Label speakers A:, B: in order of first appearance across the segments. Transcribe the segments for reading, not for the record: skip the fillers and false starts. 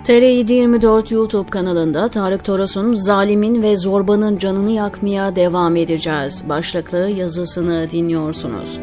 A: TR724 YouTube kanalında Tarık Toros'un "Zalimin ve Zorbanın Canını Yakmaya Devam Edeceğiz" başlıklı yazısını dinliyorsunuz.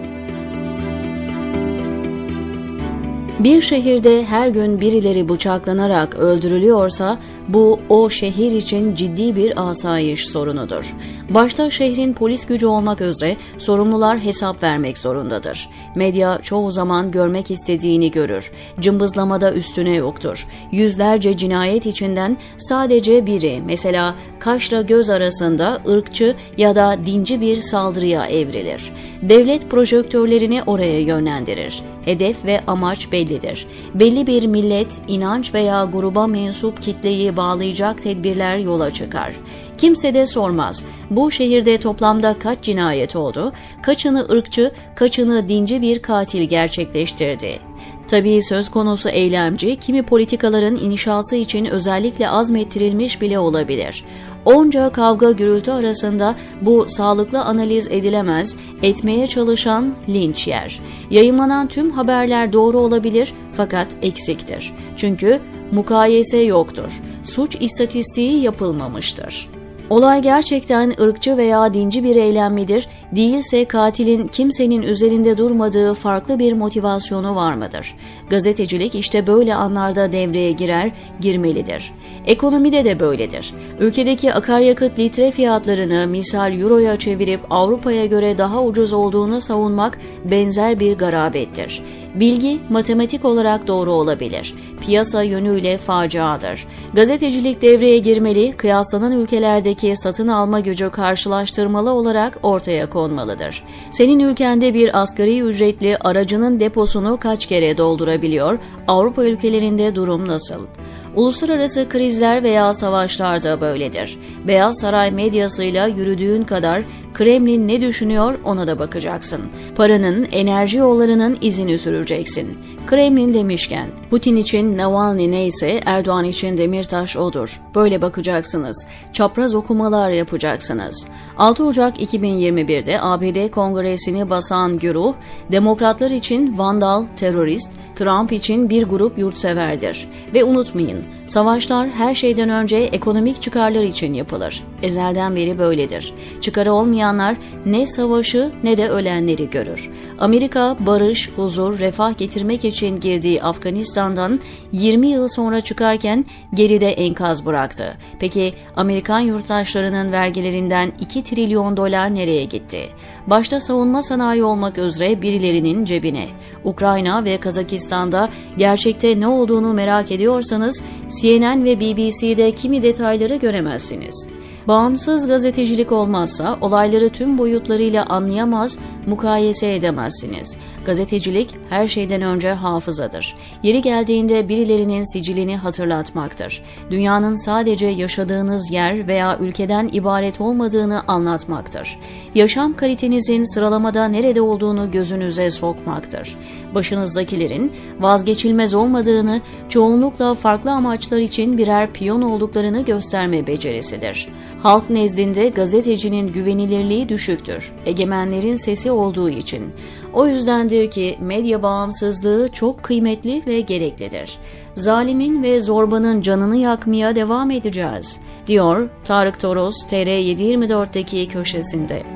A: Bir şehirde her gün birileri bıçaklanarak öldürülüyorsa bu o şehir için ciddi bir asayiş sorunudur. Başta şehrin polis gücü olmak üzere sorumlular hesap vermek zorundadır. Medya çoğu zaman görmek istediğini görür. Cımbızlamada üstüne yoktur. Yüzlerce cinayet içinden sadece biri, mesela kaşla göz arasında ırkçı ya da dinci bir saldırıya evrilir. Devlet projektörlerini oraya yönlendirir. Hedef ve amaç bellidir. Belli bir millet, inanç veya gruba mensup kitleyi bağlayacak tedbirler yola çıkar. Kimse de sormaz. Bu şehirde toplamda kaç cinayet oldu, kaçını ırkçı, kaçını dinci bir katil gerçekleştirdi? Tabii söz konusu eylemci, kimi politikaların inşası için özellikle azmettirilmiş bile olabilir. Onca kavga gürültü arasında bu sağlıklı analiz edilemez, etmeye çalışan linç yer. Yayınlanan tüm haberler doğru olabilir fakat eksiktir. Çünkü mukayese yoktur. Suç istatistiği yapılmamıştır. Olay gerçekten ırkçı veya dinci bir eylem midir, değilse katilin kimsenin üzerinde durmadığı farklı bir motivasyonu var mıdır? Gazetecilik işte böyle anlarda devreye girmelidir. Ekonomide de böyledir. Ülkedeki akaryakıt litre fiyatlarını misal euroya çevirip Avrupa'ya göre daha ucuz olduğunu savunmak benzer bir garabettir. Bilgi matematik olarak doğru olabilir. Piyasa yönüyle faciadır. Gazetecilik devreye girmeli, kıyaslanan ülkelerdeki satın alma gücü karşılaştırmalı olarak ortaya konmalıdır. Senin ülkende bir asgari ücretli aracının deposunu kaç kere doldurabiliyor? Avrupa ülkelerinde durum nasıl? Uluslararası krizler veya savaşlar da böyledir. Beyaz Saray medyasıyla yürüdüğün kadar Kremlin ne düşünüyor ona da bakacaksın. Paranın, enerji yollarının izini süreceksin. Kremlin demişken, Putin için Navalny neyse Erdoğan için Demirtaş odur. Böyle bakacaksınız. Çapraz okumalar yapacaksınız. 6 Ocak 2021'de ABD Kongresi'ni basan güruh, Demokratlar için vandal, terörist, Trump için bir grup yurtseverdir. Ve unutmayın, savaşlar her şeyden önce ekonomik çıkarlar için yapılır. Ezelden beri böyledir. Çıkarı olmayanlar ne savaşı ne de ölenleri görür. Amerika barış, huzur, refah getirmek için girdiği Afganistan'dan 20 yıl sonra çıkarken geride enkaz bıraktı. Peki Amerikan yurttaşlarının vergilerinden 2 trilyon dolar nereye gitti? Başta savunma sanayi olmak üzere birilerinin cebine. Ukrayna ve Kazakistan'da gerçekte ne olduğunu merak ediyorsanız CNN ve BBC'de kimi detayları göremezsiniz. Bağımsız gazetecilik olmazsa olayları tüm boyutlarıyla anlayamaz, mukayese edemezsiniz. Gazetecilik her şeyden önce hafızadır. Yeri geldiğinde birilerinin sicilini hatırlatmaktır. Dünyanın sadece yaşadığınız yer veya ülkeden ibaret olmadığını anlatmaktır. Yaşam kalitenizin sıralamada nerede olduğunu gözünüze sokmaktır. Başınızdakilerin vazgeçilmez olmadığını, çoğunlukla farklı amaçlar için birer piyon olduklarını gösterme becerisidir. Halk nezdinde gazetecinin güvenilirliği düşüktür, egemenlerin sesi olduğu için. O yüzdendir ki medya bağımsızlığı çok kıymetli ve gereklidir. Zalimin ve zorbanın canını yakmaya devam edeceğiz, diyor Tarık Toros TR724'deki köşesinde.